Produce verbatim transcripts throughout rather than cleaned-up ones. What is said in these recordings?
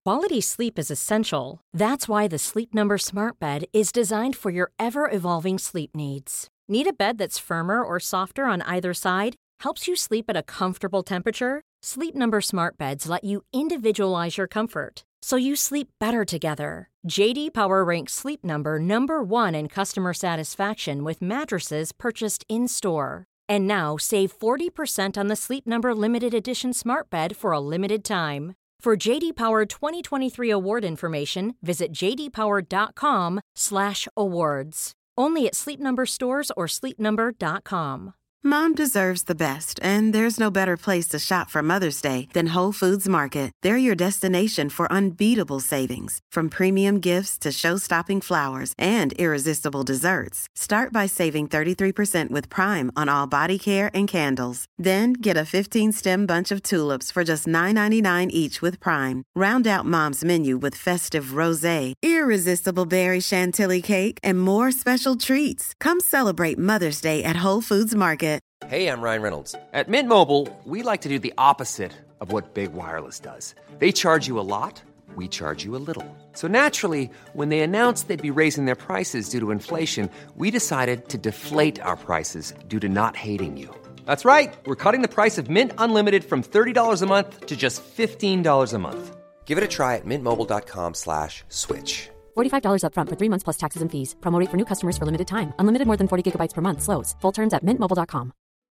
quality sleep is essential. That's why the Sleep Number Smart Bed is designed for your ever-evolving sleep needs. Need a bed that's firmer or softer on either side? Helps you sleep at a comfortable temperature? Sleep Number Smart Beds let you individualize your comfort, so you sleep better together. J D Power ranks Sleep Number number one in customer satisfaction with mattresses purchased in-store. And now, save forty percent on the Sleep Number Limited Edition Smart Bed for a limited time. For J D Power twenty twenty-three award information, visit jdpower.com slash awards. Only at Sleep Number stores or sleep number dot com. Mom deserves the best, and there's no better place to shop for Mother's Day than Whole Foods Market. They're your destination for unbeatable savings, from premium gifts to show-stopping flowers and irresistible desserts. Start by saving thirty-three percent with Prime on all body care and candles. Then get a fifteen-stem bunch of tulips for just nine ninety-nine each with Prime. Round out Mom's menu with festive rosé, irresistible berry chantilly cake, and more special treats. Come celebrate Mother's Day at Whole Foods Market. Hey, I'm Ryan Reynolds. At Mint Mobile, we like to do the opposite of what Big Wireless does. They charge you a lot, we charge you a little. So naturally, when they announced they'd be raising their prices due to inflation, we decided to deflate our prices due to not hating you. That's right. We're cutting the price of Mint Unlimited from thirty dollars a month to just fifteen dollars a month. Give it a try at mintmobile.com slash switch. forty-five dollars up front for three months plus taxes and fees. Promo rate for new customers for limited time. Unlimited more than forty gigabytes per month. Slows full terms at mint mobile dot com.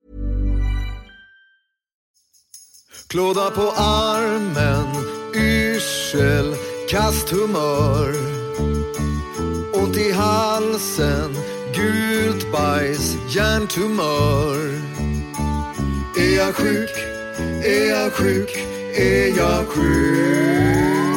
Klåda på armen, yrsel, kasthumör. Ont i halsen, gult bajs, hjärntumör. Är jag sjuk? Är jag sjuk? Är jag sjuk?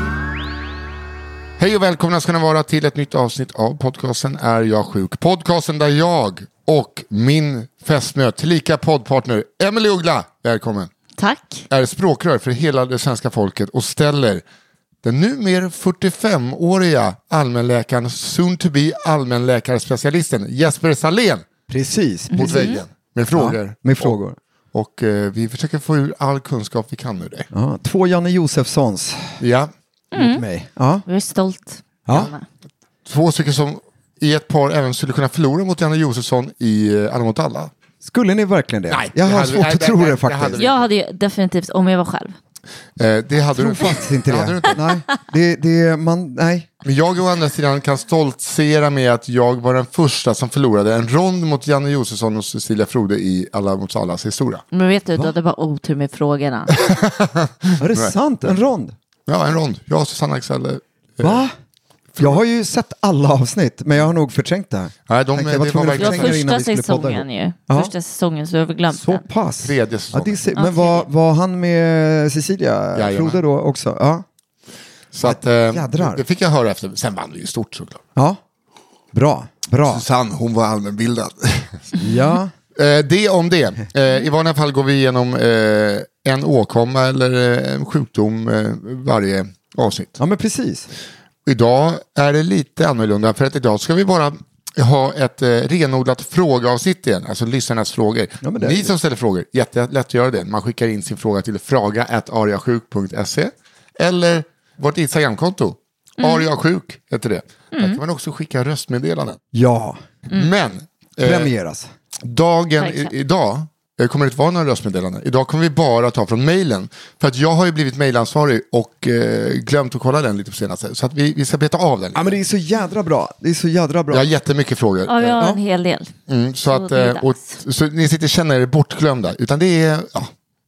Hej och välkomna ska ni vara till ett nytt avsnitt av podcasten Är jag sjuk? Podcasten där jag och min fästmö, tillika poddpartner Emily Uggla, välkommen. Tack. Är språkrör för hela det svenska folket och ställer den numera fyrtiofemåriga allmänläkaren, soon to be allmänläkarspecialisten Jesper Salén. Precis. Mot mm. väggen med frågor. Ja, med frågor. Och, och eh, vi försöker få ur all kunskap vi kan ur det. Ja, två Janne Josefssons. Ja. Mm. Mot mig. Ja. Jag är stolt. Ja. Två stycken som i ett par även skulle kunna förlora mot Janne Josefsson i uh, Alla mot alla. Skulle ni verkligen det? Nej, jag har hade, svårt nej, att nej, tro nej, det faktiskt. Det hade jag hade ju definitivt, om jag var själv. Eh, det hade jag tror du faktiskt inte det. det. Inte. Nej, det, det man, nej. Men jag å andra sidan kan stoltsera med att jag var den första som förlorade en rond mot Janne Josefsson och Cecilia Frode i Alla mot allas historia. Men vet du, du hade bara otur med frågorna. Är det sant? En rond? Ja, en rond. Jag och Susanne Axel. Eh, Va? Jag har ju sett alla avsnitt, men jag har nog förträngt det här. Nej, de, jag var det var verkligen första säsongen ju. Ja. Första säsongen så har vi glömt så den. pass. Tredje säsongen. Ja, det är, men var, var han med Cecilia Jajamän. Frode då också? Ja. Så att, eh, det fick jag höra efter. Sen vann det ju stort såklart. Ja, bra. Bra. Susanne, hon var allmänbildad. Ja. eh, det om det. Eh, I vanliga fall går vi igenom eh, en åkomma eller eh, en sjukdom eh, varje avsnitt. Ja, men precis. Idag är det lite annorlunda för att idag ska vi bara ha ett eh, renodlat frågeavsnitt igen, alltså lyssnarnas frågor. Ja, ni som ställer frågor, jättelätt att göra det. Man skickar in sin fråga till fraga at ariasjuk punkt se eller vårt Instagramkonto. Mm. Ariasjuk heter det. Mm. Där kan man också skicka röstmeddelanden. Ja. Mm. Men eh, premieras. Dagen i, idag kommer det inte vara några röstmeddelanden. Idag kommer vi bara ta från mejlen. För att jag har ju blivit mejlansvarig och eh, glömt att kolla den lite på senaste. Så att vi, vi ska beta av den lite. Ja, men det är så jädra bra. Det är så jädra bra. Jag har jättemycket frågor. Ja, vi har en hel del. Mm, så, så, att, eh, och, så ni sitter och känner er bortglömda. Utan det är ja,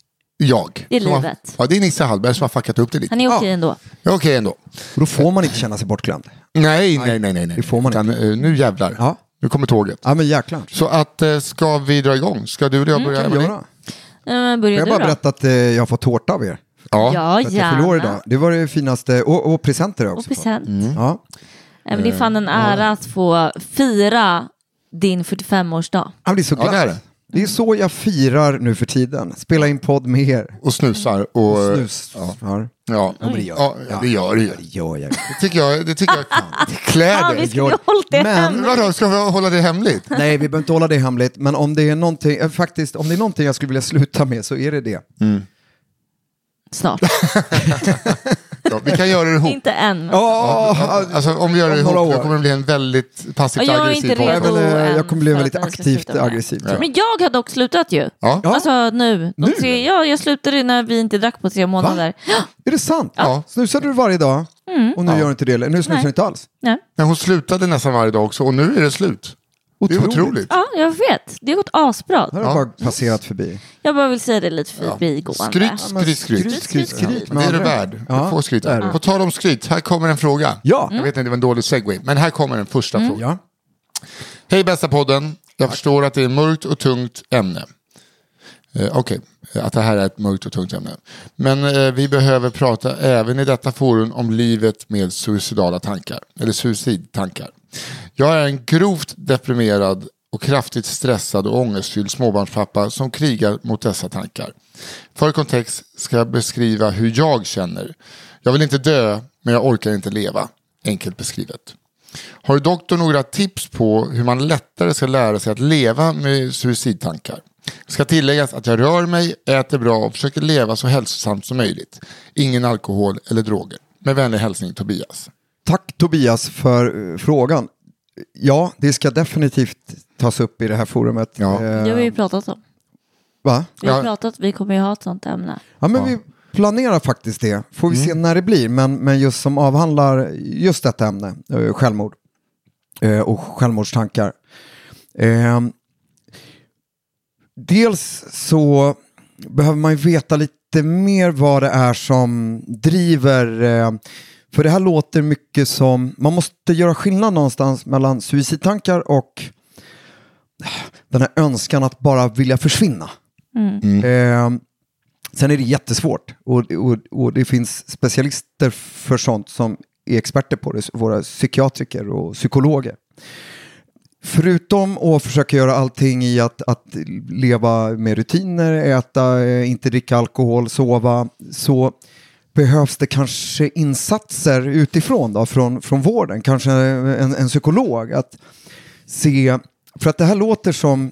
jag. Det är livet. Har, ja, det är Nisse Hallberg som har fuckat upp det lite. Han är okej ja. ändå. Ja, okej ändå. Och då får man inte känna sig bortglömd. Nej, nej, nej. nej, nej. Det får man utan, inte. Uh, nu jävlar. Ja. Nu kommer tåget. Ja, men jäklar. Så att, uh, ska vi dra igång? Ska du och jag börja? Mm, göra. Uh, börjar jag du bara då? berätta att eh, jag har fått tårta av er. Ja, ja för att jag förlorar idag. Det var det finaste. Och, och presenter också. Och present. Mm. Ja. Nej, men det är fan en ära att få fira din fyrtiofemårsdag. Ja, det är så glatt. Ja, det är det. Det är så jag firar nu för tiden. Spela in podd med er. Och snusar. Och, och snus. Ja. Ja. Ja. Ja, men det gör ja, ja, det gör det ju. Ja, det gör jag. Det tycker jag. Det tycker jag kan. Klär Ja, det. vi skulle hålla det Men- hemligt. Vadå, ska vi hålla det hemligt? Nej, vi behöver inte hålla det hemligt. Men om det är någonting, eh, faktiskt, om det är någonting jag skulle vilja sluta med så är det det. Snart. då. Vi kan göra det ihop. Inte än. Ja, Alltså, om vi gör det ihop då kommer det bli en väldigt passivt Ja, jag är aggressiv inte podd. redo. men, eh, jag kommer bli för väldigt att den ska aktivt sluta med. aggressiv. tror jag. Men jag har dock slutat ju. Ja. Alltså nu. De Nu? tre, ja, jag slutade när vi inte drack på tre månader. Ja. Är det sant? Ja. Snusade du varje dag och nu gör du inte det? Nu snusar Nej. du inte alls? Nej. Men hon slutade nästan varje dag också och nu är det slut. Det är Otroligt. otroligt. Ja, jag vet. Det har gått asbra. Det har Ja. bara passerat förbi. Jag bara vill säga det lite förbigående. Skryt, men skryt, skryt. skryt, skryt, skryt. Det är du värd. Ja, Du får skryt. det är du. På tal om skryt, här kommer en fråga. Ja. Jag vet inte, det var en dålig segway, men här kommer den första frågan. Ja. Hej bästa podden, jag förstår att det är ett mörkt och tungt ämne. Eh, Okej, att det här är ett mörkt och tungt ämne. Men eh, vi behöver prata även i detta forum om livet med suicidala tankar. Eller suicidtankar. Jag är en grovt deprimerad och kraftigt stressad och ångestfylld småbarnspappa som krigar mot dessa tankar. För kontext ska jag beskriva hur jag känner. Jag vill inte dö, men jag orkar inte leva. Enkelt beskrivet. Har doktorn några tips på hur man lättare ska lära sig att leva med suicidtankar? Ska tilläggas att jag rör mig, äter bra och försöker leva så hälsosamt som möjligt. Ingen alkohol eller droger. Med vänlig hälsning Tobias. Tack Tobias för uh, frågan. Ja, det ska definitivt tas upp i det här forumet. Ja. Eh, Det har vi ju pratat om. Va? Vi har Ja. pratat, vi kommer ju ha ett sånt ämne. Ja, men vi planerar faktiskt det. Får vi se när det blir. Men, men just som avhandlar just detta ämne, eh, självmord eh, och självmordstankar. Eh, dels så behöver man ju veta lite mer vad det är som driver. Eh, för det här låter mycket som, man måste göra skillnad någonstans mellan suicidtankar och den här önskan att bara vilja försvinna. Eh, sen är det jättesvårt och, och, och det finns specialister för sånt som är experter på det, våra psykiatriker och psykologer. Förutom att försöka göra allting i att, att leva med rutiner, äta, inte dricka alkohol, sova, så behövs det kanske insatser utifrån då, från, från vården, kanske en, en psykolog att se, för att det här låter som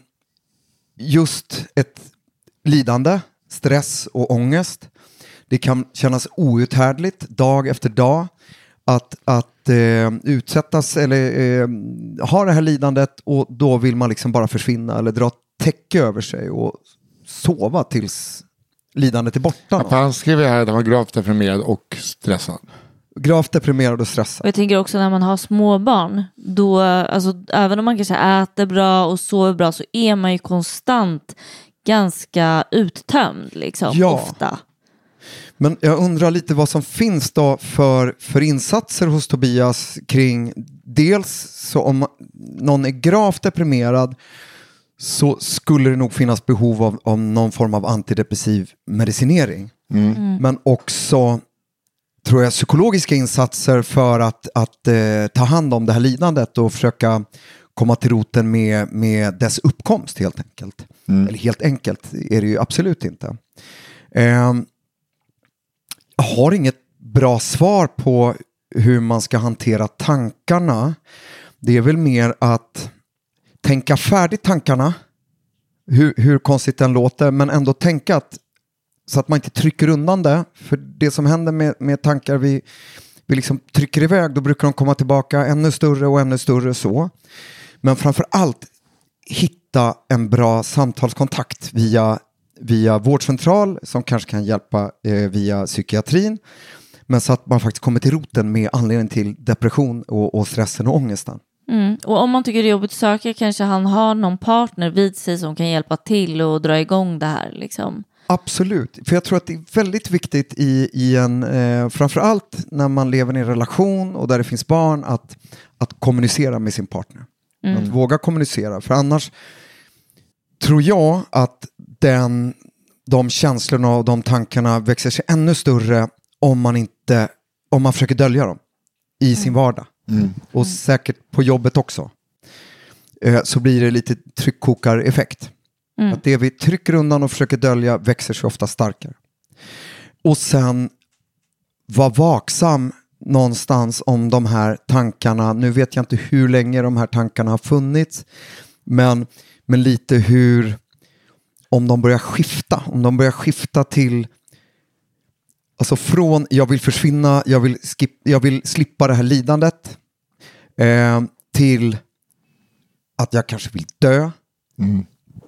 just ett lidande, stress och ångest. Det kan kännas outhärdligt dag efter dag att, att eh, utsättas eller eh, ha det här lidandet och då vill man liksom bara försvinna eller dra täcke över sig och sova tills lidandet är borta. Ja, för han skriver här att han var gravt deprimerad och stressad. Gravt deprimerad och stressad. Och jag tänker också när man har småbarn, då, alltså, även om man kanske äter bra och sover bra så är man ju konstant ganska uttömd liksom, Ja. ofta. Men jag undrar lite vad som finns då för, för insatser hos Tobias kring, dels så om någon är gravt deprimerad så skulle det nog finnas behov av, av någon form av antidepressiv medicinering. Mm. Men också tror jag psykologiska insatser för att, att eh, ta hand om det här lidandet och försöka komma till roten med, med dess uppkomst helt enkelt. Mm. Eller helt enkelt är det ju absolut inte. Eh, jag har inget bra svar på hur man ska hantera tankarna. Det är väl mer att tänka färdigt tankarna, hur, hur konstigt den låter, men ändå tänka att, så att man inte trycker undan det. För det som händer med, med tankar vi, vi liksom trycker iväg, då brukar de komma tillbaka ännu större och ännu större så. Men framför allt hitta en bra samtalskontakt via, via vårdcentral som kanske kan hjälpa eh, via psykiatrin. Men så att man faktiskt kommer till roten med anledning till depression och, och stressen och ångesten. Mm. Och om man tycker det är jobbigt att söka kanske han har någon partner vid sig som kan hjälpa till och dra igång det här liksom. Absolut, för jag tror att det är väldigt viktigt i, i en, eh, framförallt när man lever i en relation och där det finns barn, att, att kommunicera med sin partner. Mm. Att våga kommunicera, för annars tror jag att den, de känslorna och de tankarna växer sig ännu större om man inte, om man försöker dölja dem i sin vardag. Mm. Och säkert på jobbet också. Eh, så blir det lite tryckkokareffekt. Mm. Att det vi trycker undan och försöker dölja växer sig ofta starkare. Och sen vara vaksam någonstans om de här tankarna. Nu vet jag inte hur länge de här tankarna har funnits. Men, men lite hur, om de börjar skifta. Om de börjar skifta till Alltså från jag vill försvinna, jag vill, skip, jag vill slippa det här lidandet eh, till att jag kanske vill dö. Mm.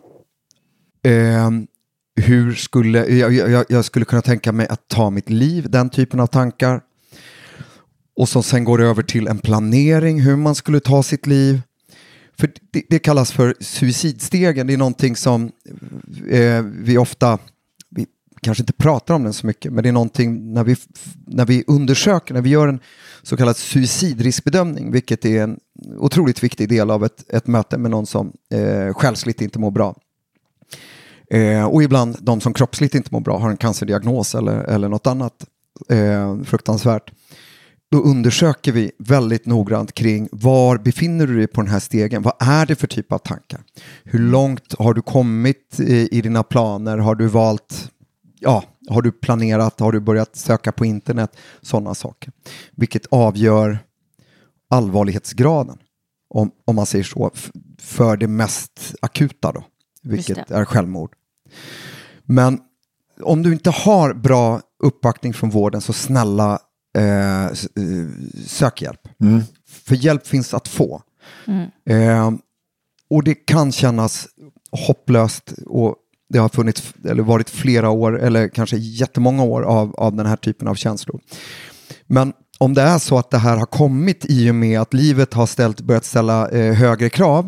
Eh, hur skulle jag, jag, jag skulle kunna tänka mig att ta mitt liv, den typen av tankar. Och så sen går det över till en planering hur man skulle ta sitt liv. För det, det kallas för suicidstegen. Det är någonting som eh, vi ofta, vi kanske inte pratar om den så mycket, men det är någonting när vi, när vi undersöker, när vi gör en så kallad suicidriskbedömning, vilket är en otroligt viktig del av ett, ett möte med någon som eh, själsligt inte mår bra. Eh, och ibland de som kroppsligt inte mår bra har en cancerdiagnos eller, eller något annat eh, fruktansvärt. Då undersöker vi väldigt noggrant kring var befinner du dig på den här stegen? Vad är det för typ av tankar? Hur långt har du kommit i, i dina planer? Har du valt, ja, har du planerat? Har du börjat söka på internet? Sådana saker. Vilket avgör allvarlighetsgraden, om, om man säger så, f- för det mest akuta då. Vilket är självmord. Men om du inte har bra uppbackning från vården, så snälla Eh, sök hjälp. Mm. För hjälp finns att få. Mm. Eh, och det kan kännas hopplöst, och det har funnits eller varit flera år eller kanske jättemånga år av, av den här typen av känslor. Men om det är så att det här har kommit i och med att livet har ställt, börjat ställa eh, högre krav,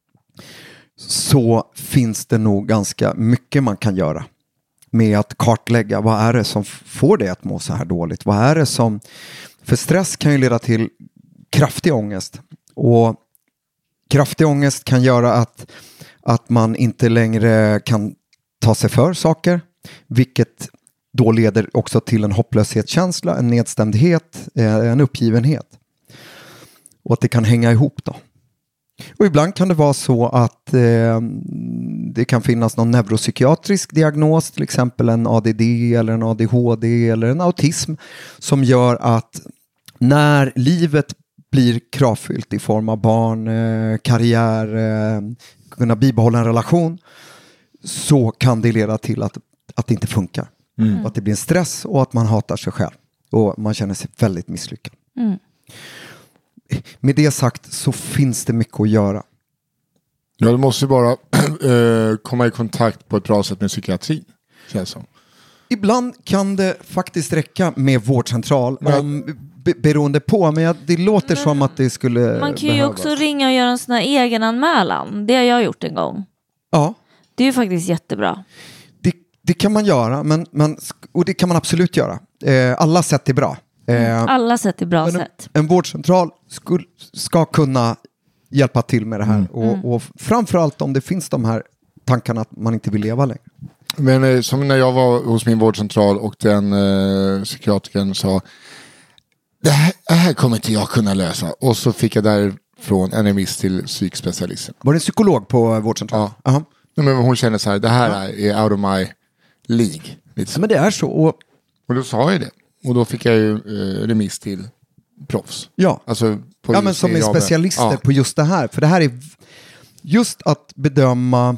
så finns det nog ganska mycket man kan göra med att kartlägga vad är det som får dig att må så här dåligt. Vad är det som... För stress kan ju leda till kraftig ångest. Och kraftig ångest kan göra att, att man inte längre kan ta sig för saker. Vilket då leder också till en hopplöshetskänsla, en nedstämdhet, en uppgivenhet. Och att det kan hänga ihop då. Och ibland kan det vara så att eh, det kan finnas någon neuropsykiatrisk diagnos, till exempel en A D D eller en A D H D eller en autism, som gör att när livet blir kravfyllt i form av barn, eh, karriär, eh, kunna bibehålla en relation, så kan det leda till att, att det inte funkar. Mm. Att det blir en stress och att man hatar sig själv och man känner sig väldigt misslyckad. Mm. Med det sagt så finns det mycket att göra. Ja, du måste bara äh, komma i kontakt på ett bra sätt med psykiatrin, känns som. Ibland kan det faktiskt räcka med vårdcentral, ja. om, be- beroende på, men jag, det låter men, som att det skulle man kan behövas. ju också ringa och göra en sån här egenanmälan. Det har jag gjort en gång. Ja. Det är ju faktiskt jättebra. Det, det kan man göra, men, men, och det kan man absolut göra. Eh, alla sätt är bra. Mm, alla sätt är bra en, sätt. En vårdcentral skulle, ska kunna hjälpa till med det här. Mm. Och, och framförallt om det finns de här tankarna att man inte vill leva längre. Men eh, som när jag var hos min vårdcentral och den eh, psykiatrikern sa det här, det här kommer inte jag kunna lösa. Och så fick jag därifrån en remiss till psykspecialisten. Var det en psykolog på vårdcentralen? Ja. Uh-huh. Men hon kände så här, det här ja. är out of my league. Ja, men det är så. Och, och då sa jag det. Och då fick jag ju eh, remiss till proffs. Ja, alltså på ja men som är specialister ja. på just det här. För det här är just att bedöma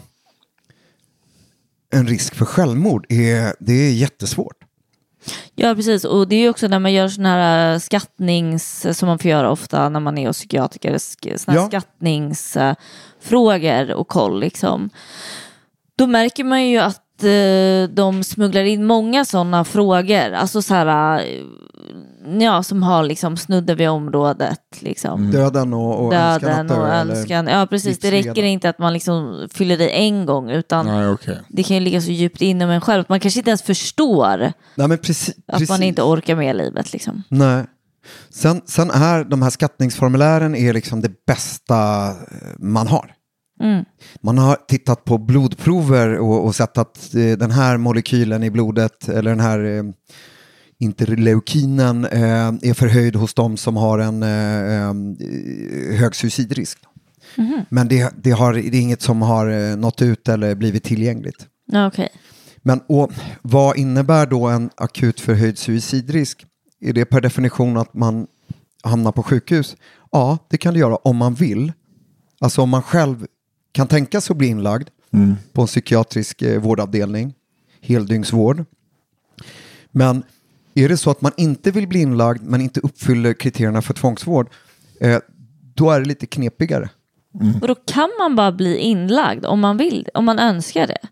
en risk för självmord. Är, det är jättesvårt. Ja, precis. Och det är ju också när man gör sådana här skattnings, som man får göra ofta när man är hos psykiatriker, sådana här ja. skattningsfrågor och koll liksom. Då märker man ju att de smugglar in många sådana frågor, alltså så här, ja, som har liksom snudde vid området liksom. Mm. Döden och, och Döden önskan, och önskan. Ja, precis. Det räcker inte att man liksom fyller i en gång, utan Nej, okay. det kan ju ligga så djupt inom en själv att man kanske inte ens förstår Nej, men precis, att precis. man inte orkar med livet liksom. Nej. Sen, sen är de här skattningsformulären är liksom det bästa man har. Mm. Man har tittat på blodprover och, och sett att eh, den här molekylen i blodet eller den här eh, interleukinen eh, är förhöjd hos de som har en eh, hög suicidrisk. Mm. Men det, det, har, det är inget som har eh, nått ut eller blivit tillgängligt. Okay. Men och, vad innebär då en akut förhöjd suicidrisk? Är det per definition att man hamnar på sjukhus? Ja, det kan det göra om man vill. Alltså om man själv kan tänka sig att bli inlagd mm. på en psykiatrisk eh, vårdavdelning, heldygnsvård. Men är det så att man inte vill bli inlagd men inte uppfyller kriterierna för tvångsvård, eh, då är det lite knepigare. Mm. Och då kan man bara bli inlagd om man vill, om man önskar det.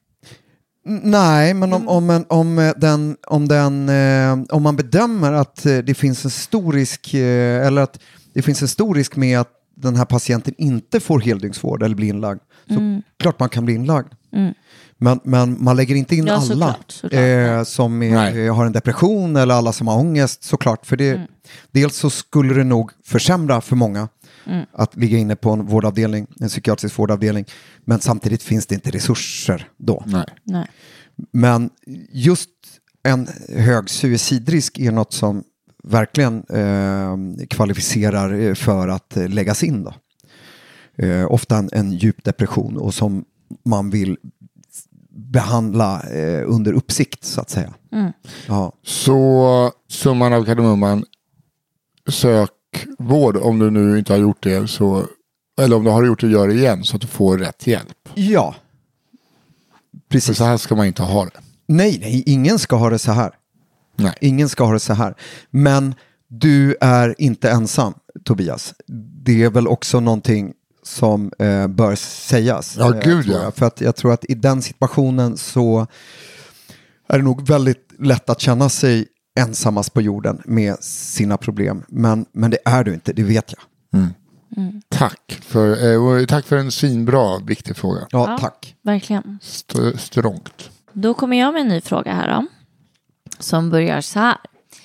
Nej, men om, om, en, om, den, om, den, eh, om man bedömer att eh, det finns en stor risk eh, eller att det finns en stor risk med att den här patienten inte får heldygnsvård eller blir inlagd, så Mm. klart man kan bli inlagd. Mm. Men, men man lägger inte in Ja, alla såklart, såklart. Eh, som är, eh, har en depression eller alla som har ångest, såklart. För det, Mm. dels så skulle det nog försämra för många Mm. att ligga inne på en vårdavdelning, en psykiatrisk vårdavdelning. Men samtidigt finns det inte resurser då. Nej. Nej. Men just en hög suicidrisk är något som verkligen eh, kvalificerar för att eh, läggas in då. Eh, ofta en, en djup depression och som man vill behandla eh, under uppsikt så att säga. Mm. Ja. Så summan av kardemumman, sök vård om du nu inte har gjort det, så, eller om du har gjort det, gör det igen så att du får rätt hjälp. Ja. Precis. För så här ska man inte ha det. Nej, nej, ingen ska ha det så här. Nej. Ingen ska ha det så här. Men du är inte ensam, Tobias. Det är väl också någonting som eh, bör sägas. Ja, eh, gud, tror ja. jag. För att jag tror att i den situationen så är det nog väldigt lätt att känna sig ensammast på jorden med sina problem. Men, men det är du inte, det vet jag. Mm. Mm. Tack för, eh, tack för en svinbra, viktig fråga. Ja, Ja. tack. Verkligen. St- strångt. Då kommer jag med en ny fråga här då. Som börjar så här.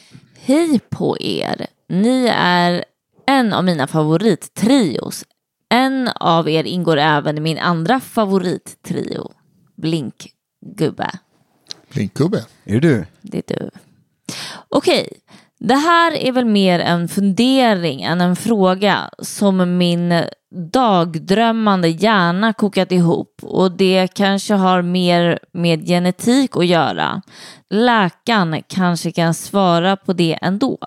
Hej på er. Ni är en av mina favorittrios. En av er ingår även i min andra favorittrio. Blinkgubbe. Blinkgubbe. Är det du? Det är du. Okej. Det här är väl mer en fundering än en fråga som min dagdrömmande hjärna kokat ihop, och det kanske har mer med genetik att göra. Läkaren kanske kan svara på det ändå.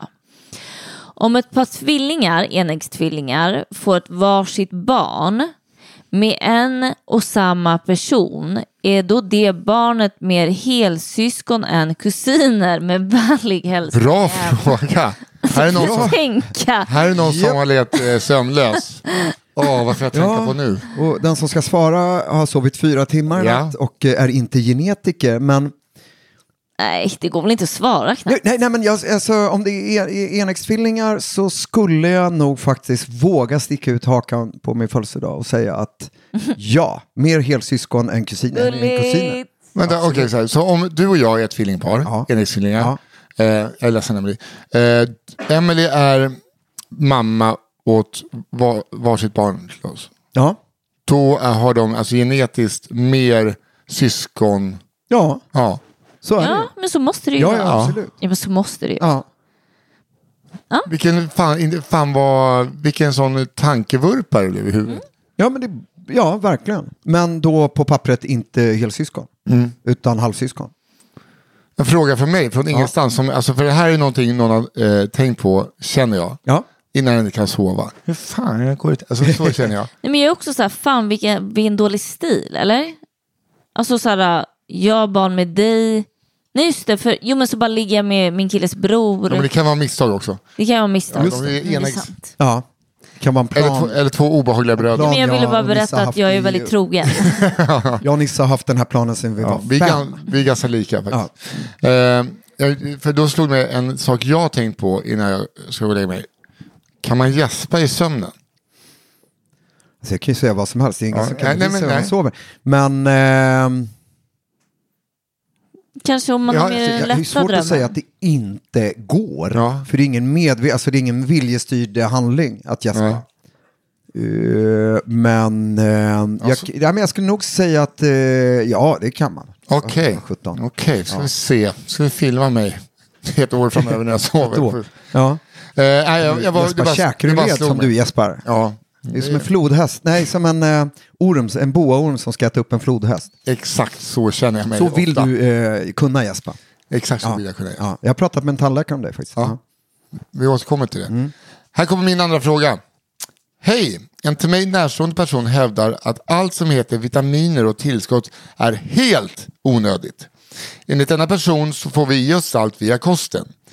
Om ett par tvillingar, enäggstvillingar, får ett varsitt barn med en och samma person, är då det barnet mer helsyskon än kusiner med vänlig hälsning? Bra fråga. Här är någon som, Tänka. här är någon som Japp. har letat eh, sömnlös. Åh, vad får jag tänka Ja. på nu? Och den som ska svara har sovit fyra timmar i Ja. natt och eh, är inte genetiker, men Nej, det går väl inte att svara knappt. Nej, nej, nej men jag, alltså, om det är en- enäggstvillingar så skulle jag nog faktiskt våga sticka ut hakan på min födelsedag och säga att ja, mer helsyskon än kusiner. Än kusiner. Gulligt. Vänta, okej, så, här. Så om du och jag är ett tvillingpar, Ja. enäggstvillingar. Ja. Eh, jag är ledsen, Emily. Eh, Emily är mamma åt var, varsitt barn till oss. Ja, Då är, har de alltså genetiskt mer syskon. ja, Ja. så är det. Ja, men så måste det ju Ja, vara. ja, absolut. Ja, men så måste det ju. Ja. Vilken fan, inte- fan var, vilken sån tankevurpa det blev i huvudet. Ja, men det, ja, verkligen. Men då på pappret inte helsyskon, Mm. utan halvsyskon. En fråga för mig från ingenstans. Som, alltså för det här är någonting någon har eh, tänkt på, känner jag. Ja, Innan jag inte kan sova. Hur fan jag går det? Alltså så känner jag. Nej, men jag är också så här, fan vilken, vilken dålig stil, eller? Alltså så här, jag barn med dig. Nej just det, för jo men så bara ligger jag med min killes bror. Ja, men det kan vara misstag också. Det kan jag misstag. Ja, de är Det är enäggs- sant. ja. Det kan vara en plan. Eller två, eller två obehagliga bröder. Plan. Men jag ville Ja, bara och vissa berätta har att haft jag är i- väldigt trogen. Jag och Nissa har haft den här planen sedan vi Ja, var vi, är fem. gan, vi är ganska lika faktiskt. Eh, jag- för då slog mig en sak jag tänkt på innan jag ska gå och lägga mig. Kan man gäspa i sömnen? Så jag kan ju säga vad som helst. Det är ingen Ja, som kan nej, nej, bevisa men hur man nej. sover. Men ehm, Kanske om man Ja, har alltså, mer jag, det är lätta svårt drömmar. att säga att det inte går. Ja. För det är ingen medve- alltså det är ingen viljestyrd handling att gäspa. Nej. Eh, men, uh, Alltså- jag, ja, men jag skulle nog säga att eh, ja, det kan man. Okej, sjutton. okej, ska Ja. vi se. Ska vi filma mig ett år framöver när jag sover? Ett år. Ja. Eh, nej, jag, jag var, Jesper bara- Käkerled slog som mig. du Jesper. Ja, Det är som en flodhäst. Nej, som en uh, orm, en boaorm som ska äta upp en flodhäst. exakt så känner jag mig Så vill ofta. du eh, kunna Jesper. Exakt så Ja. vill jag kunna göra. Ja. Jag har pratat med en tandläkare om det faktiskt. Ja. Ja. Vi återkommer till det. Mm. Här kommer min andra fråga. Hej! En till mig närstående person hävdar att allt som heter vitaminer och tillskott är helt onödigt. Enligt denna person så får vi i oss allt via kosten.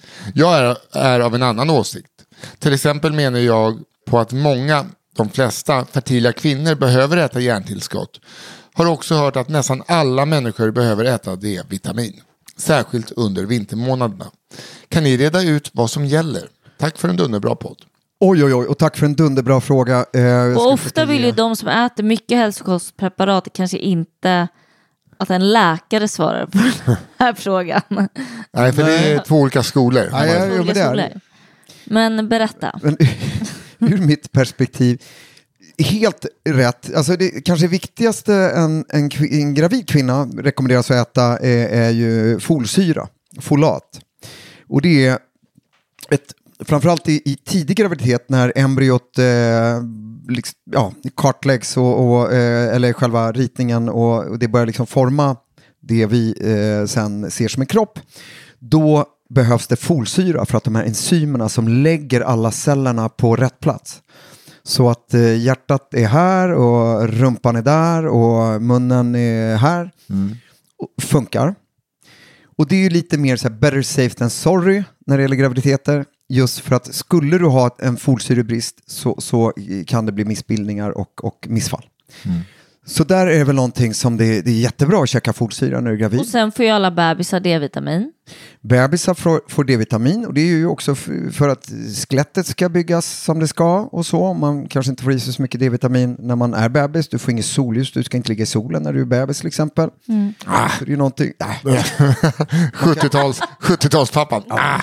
Jag är, är av en annan åsikt. Till exempel menar jag på att många, de flesta fertila kvinnor behöver äta järntillskott. Har också hört att nästan alla människor behöver äta D-vitamin. Särskilt under vintermånaderna. Kan ni reda ut vad som gäller? Tack för en dunderbra podd. Oj, oj, oj. Och tack för en dunderbra fråga. Eh, och ofta vill ju de som äter mycket hälsokostpreparat kanske inte att en läkare svarar på den här frågan. Nej, för det är två olika skolor. Ja, ja, olika men, det skolor. Men berätta. Men, ur mitt perspektiv, helt rätt. Alltså det kanske viktigaste en, en, en gravid kvinna rekommenderas att äta är, är ju folsyra, folat. Och det är ett, framförallt i, i tidig graviditet när embryot eh, liksom, ja, kartläggs och, och, eh, eller själva ritningen och, och det börjar liksom forma det vi eh, sen ser som en kropp. Då behövs det folsyra för att de här enzymerna som lägger alla cellerna på rätt plats. Så att eh, hjärtat är här och rumpan är där och munnen är här. Mm. Och funkar. Och det är ju lite mer så här, better safe than sorry när det gäller graviditeter. Just för att skulle du ha en folsyrebrist så, så kan det bli missbildningar och, och missfall. Mm. Så där är det väl någonting som det, det är jättebra att käka folsyra när du är gravid. Och sen får ju alla bebisar D-vitamin. Bebisar får, får D-vitamin och det är ju också för att skelettet ska byggas som det ska och så. Man kanske inte får i sig så mycket D-vitamin när man är bebis. Du får inget solljus, du ska inte ligga i solen när du är bebis till exempel. Mm. Ah, så det är ju någonting... Äh. sjuttio-tals, sjuttio-talspappan. Ah.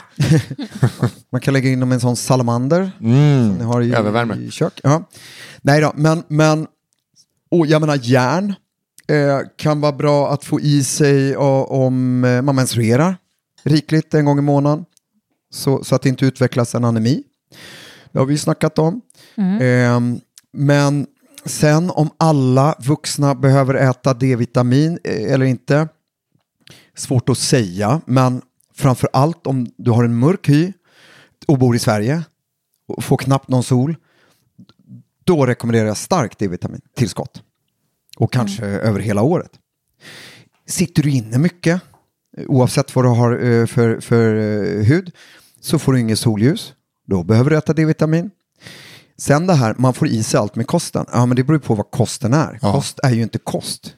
Man kan lägga in dem i en sån salamander. Mm. Som ni har i, Övervärme. i kök. Ja. Nej då, men... men och jag menar järn eh, kan vara bra att få i sig och, om eh, man menstruerar rikligt en gång i månaden. Så, så att det inte utvecklas en anemi. Det har vi snackat om. Mm. Eh, men sen om alla vuxna behöver äta D-vitamin eh, eller inte. Svårt att säga. Men framför allt om du har en mörk hy och bor i Sverige och får knappt någon sol. Då rekommenderar jag starkt D-vitamin tillskott. Och kanske mm. över hela året. Sitter du inne mycket, oavsett vad du har för, för hud, så får du inget solljus. Då behöver du äta D-vitamin. Sen det här, man får i sig allt med kosten. Ja, men det beror på vad kosten är. Ja. Kost är ju inte kost.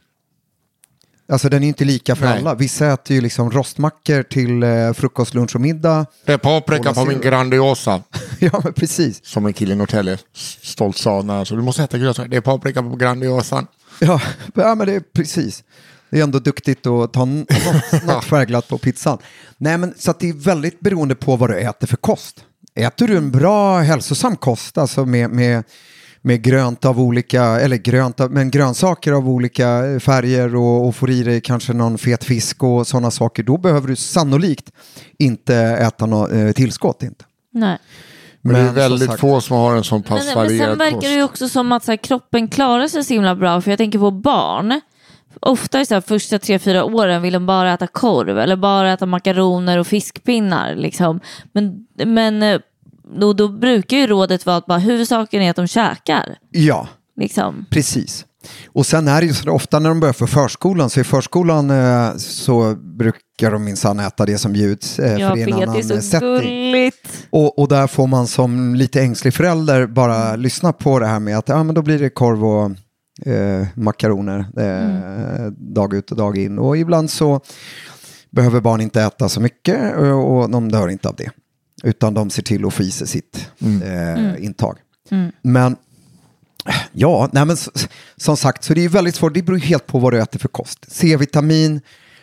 Alltså den är inte lika för Nej. alla. Vissa äter ju liksom rostmackor till eh, frukost, lunch och middag. Det är paprika på min Grandiosa. Ja, men precis. Som en kille i Norrtälje stolt sa när så du måste äta grönsaker. Det är paprika på Grandiosa. Ja, ja, men det är precis. Det är ändå duktigt att ta något, något färgglatt på pizzan. Nej, men så att det är väldigt beroende på vad du äter för kost. Äter du en bra hälsosam kost, alltså med... med med grönt av olika, eller grönt av, men grönsaker av olika färger och, och får i dig kanske någon fet fisk och sådana saker, då behöver du sannolikt inte äta något eh, tillskott inte. Nej. Men, men det är väldigt sagt, få som har en sån pass men, varierad men sen verkar kost. det ju också som att så här, kroppen klarar sig så himla bra, för jag tänker på barn. Ofta i så här, första tre, fyra åren vill de bara äta korv eller bara äta makaroner och fiskpinnar liksom. Men, men Då, då brukar ju rådet vara att bara huvudsaken är att de käkar. Ja, liksom. Precis. Och sen är det ju så ofta när de börjar för förskolan, så i förskolan eh, så brukar de minsann äta det som bjuds. Eh, ja, för en annan det är så setting. gulligt. Och, och där får man som lite ängslig förälder bara mm. lyssna på det här med att ja, men då blir det korv och eh, makaroner eh, mm. dag ut och dag in. Och ibland så behöver barn inte äta så mycket och, och de dör inte av det. Utan de ser till att få i sig sitt mm. Eh, mm. intag. Mm. Men ja, nej men som sagt, så det är väldigt svårt. Det beror helt på vad du äter för kost. C-vitamin,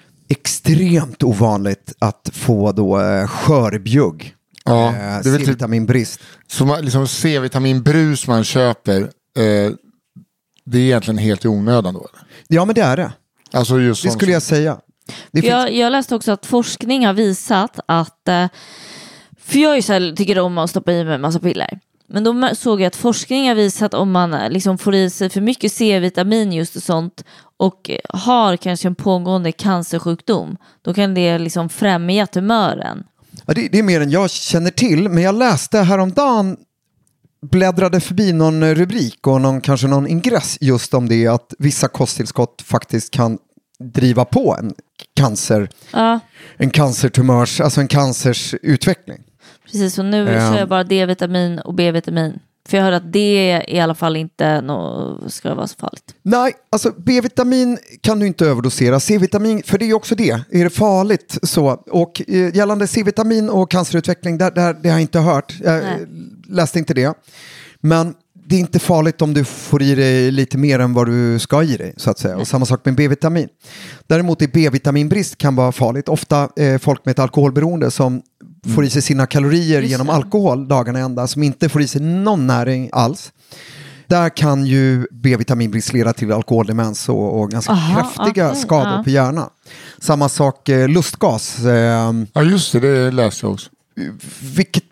extremt ovanligt att få då eh, skörbjugg. Ja, eh, C-vitaminbrist. Som liksom C-vitaminbrus man köper, eh, det är egentligen helt i onödan då? Eller? Ja, men det är det. Alltså just det skulle jag säga. Det finns... jag, jag läste också att forskning har visat att eh, för jag är så här, tycker om att stoppa i mig en massa piller. Men då såg jag att forskning har visat att om man liksom får i sig för mycket C-vitamin just och sånt och har kanske en pågående cancersjukdom, då kan det liksom främja tumören. Ja, det, det är mer än jag känner till, men jag läste häromdagen, bläddrade förbi någon rubrik och någon, kanske någon ingress just om det, att vissa kosttillskott faktiskt kan driva på en cancer, Ja. en cancertumörs, alltså en cancers utveckling. Precis, så nu Um. kör jag bara D-vitamin och B-vitamin. För jag hör att det i alla fall inte nå, ska vara så farligt. Nej, alltså B-vitamin kan du inte överdosera. C-vitamin, för det är ju också det. Är det farligt så? Och eh, gällande C-vitamin och cancerutveckling, där, där, det har jag inte hört. Jag Nej. läste inte det. Men det är inte farligt om du får i dig lite mer än vad du ska i dig, så att säga. Och samma sak med B-vitamin. Däremot är B-vitaminbrist kan vara farligt. Ofta eh, folk med ett alkoholberoende som mm. får i sig sina kalorier Just genom det. alkohol dagarna ända, som inte får i sig någon näring alls. Där kan ju B-vitaminbrist leda till alkoholdemens och, och ganska Aha, kraftiga okay, skador ja. på hjärnan. Samma sak eh, lustgas. Eh, Ja just det, det läste jag också. vilket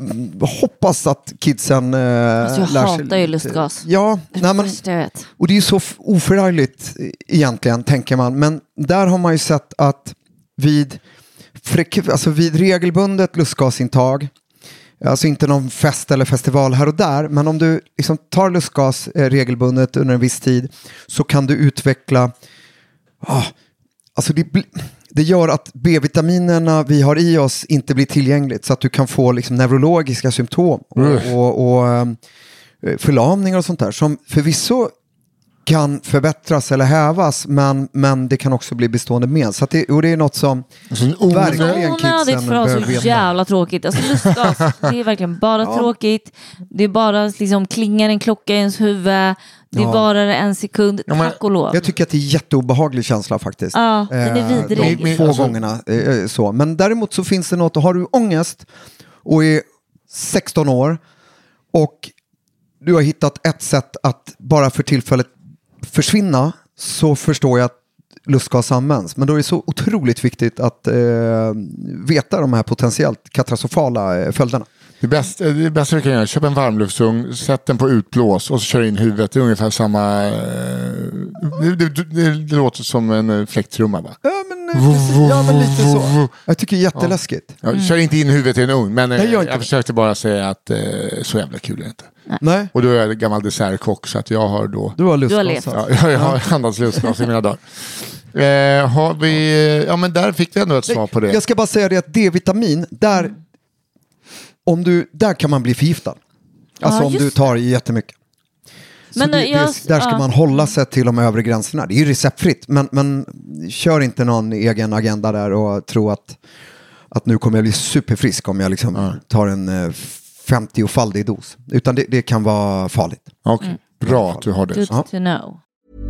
hoppas att kidsen eh, Alltså jag lär sig hatar ju lite. lustgas. Ja, nej, men, Först jag vet. och det är ju så f- oförargligt eh, egentligen, tänker man. Men där har man ju sett att vid, frek- alltså vid regelbundet lustgasintag, alltså inte någon fest eller festival här och där, men om du liksom tar lustgas eh, regelbundet under en viss tid, så kan du utveckla ah, alltså det, bli, det gör att B-vitaminerna vi har i oss inte blir tillgängligt, så att du kan få liksom neurologiska symptom och, Mm. och, och eh, förlamningar och sånt där som förvisso kan förbättras eller hävas, men, men det kan också bli bestående med. Så att det, och det är något som Alltså en onödig- verkligen Onödigt kidsen för oss, behöver så veta. jävla tråkigt. Alltså lustgas, det är verkligen bara Ja. tråkigt. Det är bara liksom klingar en klocka i ens huvud. Det är Ja. bara en sekund, Ja, men tack och lov. Jag tycker att det är jätteobehaglig känsla faktiskt. Ja, den är Eh, vidrig. de Men- men få alltså- gångerna eh, så. Men däremot så finns det något, har du ångest och är sexton år och du har hittat ett sätt att bara för tillfället försvinna, så förstår jag att lustgas används. Men då är det så otroligt viktigt att eh, veta de här potentiellt katastrofala eh, följderna. Det bästa, det bästa du kan göra, köp en varmluftsugn, sätt den på utblås och så kör in huvudet. Det är ungefär samma... eh, Det, det, det, det låter som en eh, fläkttrumma va? Ja men, eh, precis, ja, men lite så. Jag tycker det är jätteläskigt. Ja, kör inte in huvudet i en ugn, men eh, Nej, gör jag, inte det. försökte bara säga att eh, så jävla kul är det inte. Nej, Och då är jag gammal dessertkock så att jag har då... du har lustgas. Du har levt. alltså. Ja, jag har andats lustgas i mina dagar. Eh, har vi... Ja men där fick vi ändå ett svar på det. Jag ska bara säga det att D-vitamin, där, om du, där kan man bli förgiftad. Alltså Ja, om just du tar i jättemycket. Så Men, det, eh, jag- det, där ska ja. man hålla sig till de övre gränserna. Det är ju receptfritt, men, men kör inte någon egen agenda där och tro att, att nu kommer jag bli superfrisk om jag liksom tar en eh, femtiofaldig dos. Utan det, det kan vara farligt. Okej, bra att du har det. Good Ja. to know.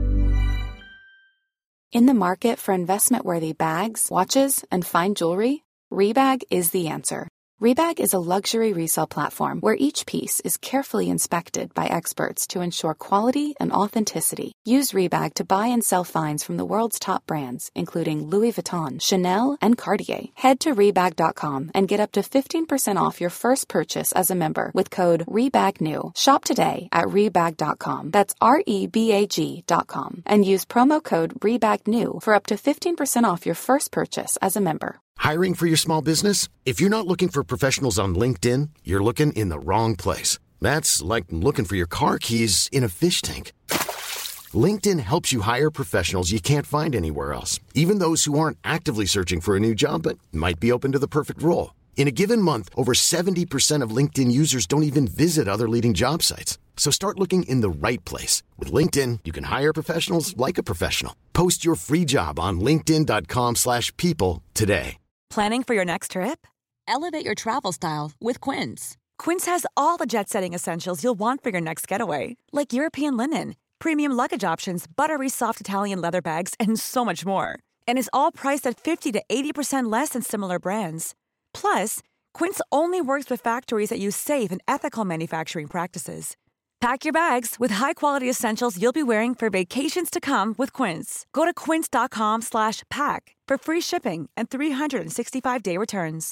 In the market for investment-worthy bags, watches, and fine jewelry, Rebag is the answer. Rebag is a luxury resale platform where each piece is carefully inspected by experts to ensure quality and authenticity. Use Rebag to buy and sell finds from the world's top brands, including Louis Vuitton, Chanel, and Cartier. Head to Rebag dot com and get up to fifteen percent off your first purchase as a member with code REBAGNEW. Shop today at Rebag dot com. That's R E B A G dot com. And use promo code REBAGNEW for up to fifteen percent off your first purchase as a member. Hiring for your small business? If you're not looking for professionals on LinkedIn, you're looking in the wrong place. That's like looking for your car keys in a fish tank. LinkedIn helps you hire professionals you can't find anywhere else, even those who aren't actively searching for a new job but might be open to the perfect role. In a given month, over seventy percent of LinkedIn users don't even visit other leading job sites. So start looking in the right place. With LinkedIn, you can hire professionals like a professional. Post your free job on linkedin dot com slash people today. Planning for your next trip? Elevate your travel style with Quince. Quince has all the jet-setting essentials you'll want for your next getaway, like European linen, premium luggage options, buttery soft Italian leather bags, and so much more. And is all priced at fifty to eighty percent less than similar brands. Plus, Quince only works with factories that use safe and ethical manufacturing practices. Pack your bags with high-quality essentials you'll be wearing for vacations to come with Quince. Go to quince dot com slash pack for free shipping and three sixty-five day returns.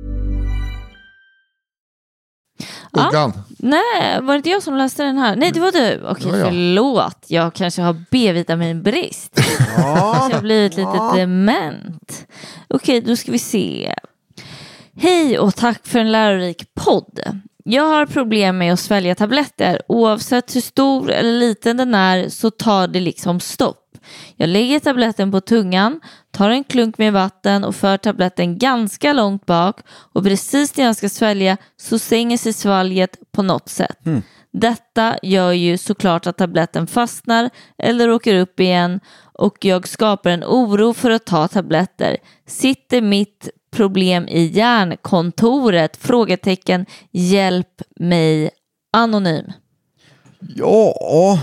Ugglan. Nej, var det inte jag som läste den här? Nej, det var du. Okej, Det var jag. förlåt. Jag kanske har B-vitaminbrist. Kanske har blivit lite dement. Okej, då ska vi se. Hej och tack för en lärorik podd. Jag har problem med att svälja tabletter. Oavsett hur stor eller liten den är så tar det liksom stopp. Jag lägger tabletten på tungan, tar en klunk med vatten och för tabletten ganska långt bak och precis när jag ska svälja så stänger sig svalget på något sätt. Mm. Detta gör ju såklart att tabletten fastnar eller åker upp igen och jag skapar en oro för att ta tabletter. Sitter mitt problem i hjärnkontoret? Frågetecken, hjälp mig, anonym. Ja,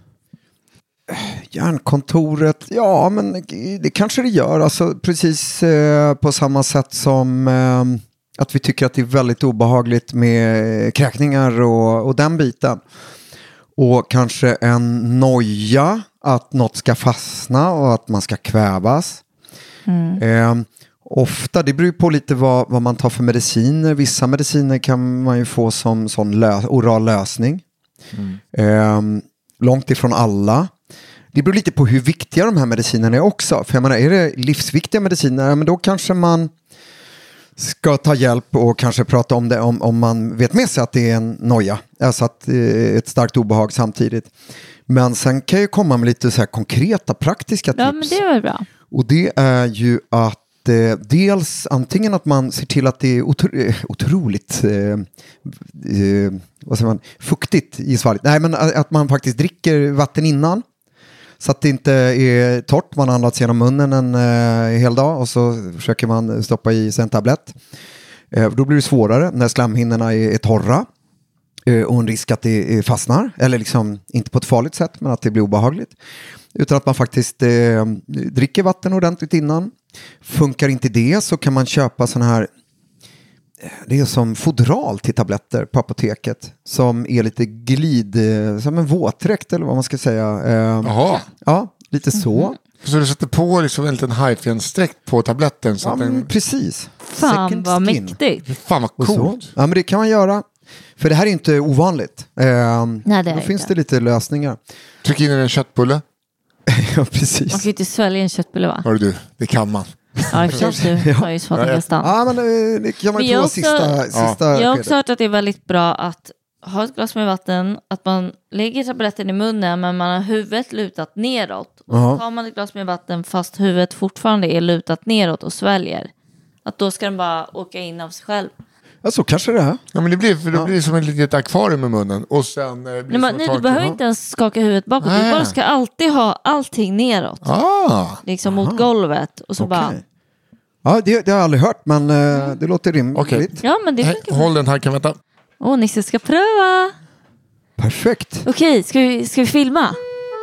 hjärnkontoret, ja men det kanske det gör. Alltså precis eh, på samma sätt som eh, att vi tycker att det är väldigt obehagligt med kräkningar och, och den biten. Och kanske en noja att något ska fastna och att man ska kvävas. Mm. Eh, ofta, det beror på lite vad, vad man tar för mediciner. Vissa mediciner kan man ju få som sån lö- oral lösning. Mm. Eh, långt ifrån alla. Det beror lite på hur viktiga de här medicinerna är också. För jag menar, är det livsviktiga mediciner, men då kanske man ska ta hjälp och kanske prata om det om, om man vet med sig att det är en noja. Alltså att, eh, ett starkt obehag samtidigt. Men sen kan jag komma med lite så här konkreta, praktiska tips. Ja, men det var bra. Och det är ju att eh, dels antingen att man ser till att det är otro- otroligt eh, eh, vad säger man, fuktigt i svalget. Nej, men att man faktiskt dricker vatten innan. Så att det inte är torrt, man har andats genom munnen en eh, hel dag och så försöker man stoppa i sig en tablett. Eh, då blir det svårare när slemhinnorna är, är torra eh, och en risk att det fastnar. Eller liksom, inte på ett farligt sätt, men att det blir obehagligt. Utan att man faktiskt eh, dricker vatten ordentligt innan. Funkar inte det så kan man köpa sån här, det är som fodral till tabletter på apoteket. Som är lite glid, som en våtdräkt eller vad man ska säga. Jaha. Ja, lite så. Mm. Så du sätter på liksom en liten hajfensträck på tabletten? Så ja, att den... precis. Fan Second vad skin. mäktigt. Fan vad coolt. Ja, men det kan man göra. För det här är inte ovanligt. Ehm, Nej, det är då finns inte. det lite lösningar. Tryck in en köttbulle. Ja, precis. Man kan ju inte svälja en köttbulle, va? Hör du, det kan man. Ja, precis. Du har ju fått en nästan. Ja, men det, det kan man Men ju jag prova också- sista, sista Jag har skedet. också hört att det är väldigt bra att ha ett glas med vatten, att man lägger tabletten i munnen men man har huvudet lutat neråt. Och Ja. så tar man ett glas med vatten fast huvudet fortfarande är lutat neråt och sväljer. Att då ska den bara åka in av sig själv. Ja, så kanske det är. Ja, men det blir, för det blir som ett litet akvarium i munnen. Och sen eh, blir Nej, men, nej, du behöver inte ens skaka huvudet bakåt. Du Nej. bara ska alltid ha allting neråt. Ah, Liksom mot golvet. Och så Okej. bara... Ja, det, det har jag aldrig hört, men eh, det låter rimligt. Okej. Ja, men det Hej, funkar. håll den här, kan vänta. Åh, Nisse ska pröva. Perfekt. Okej, ska vi, ska vi filma?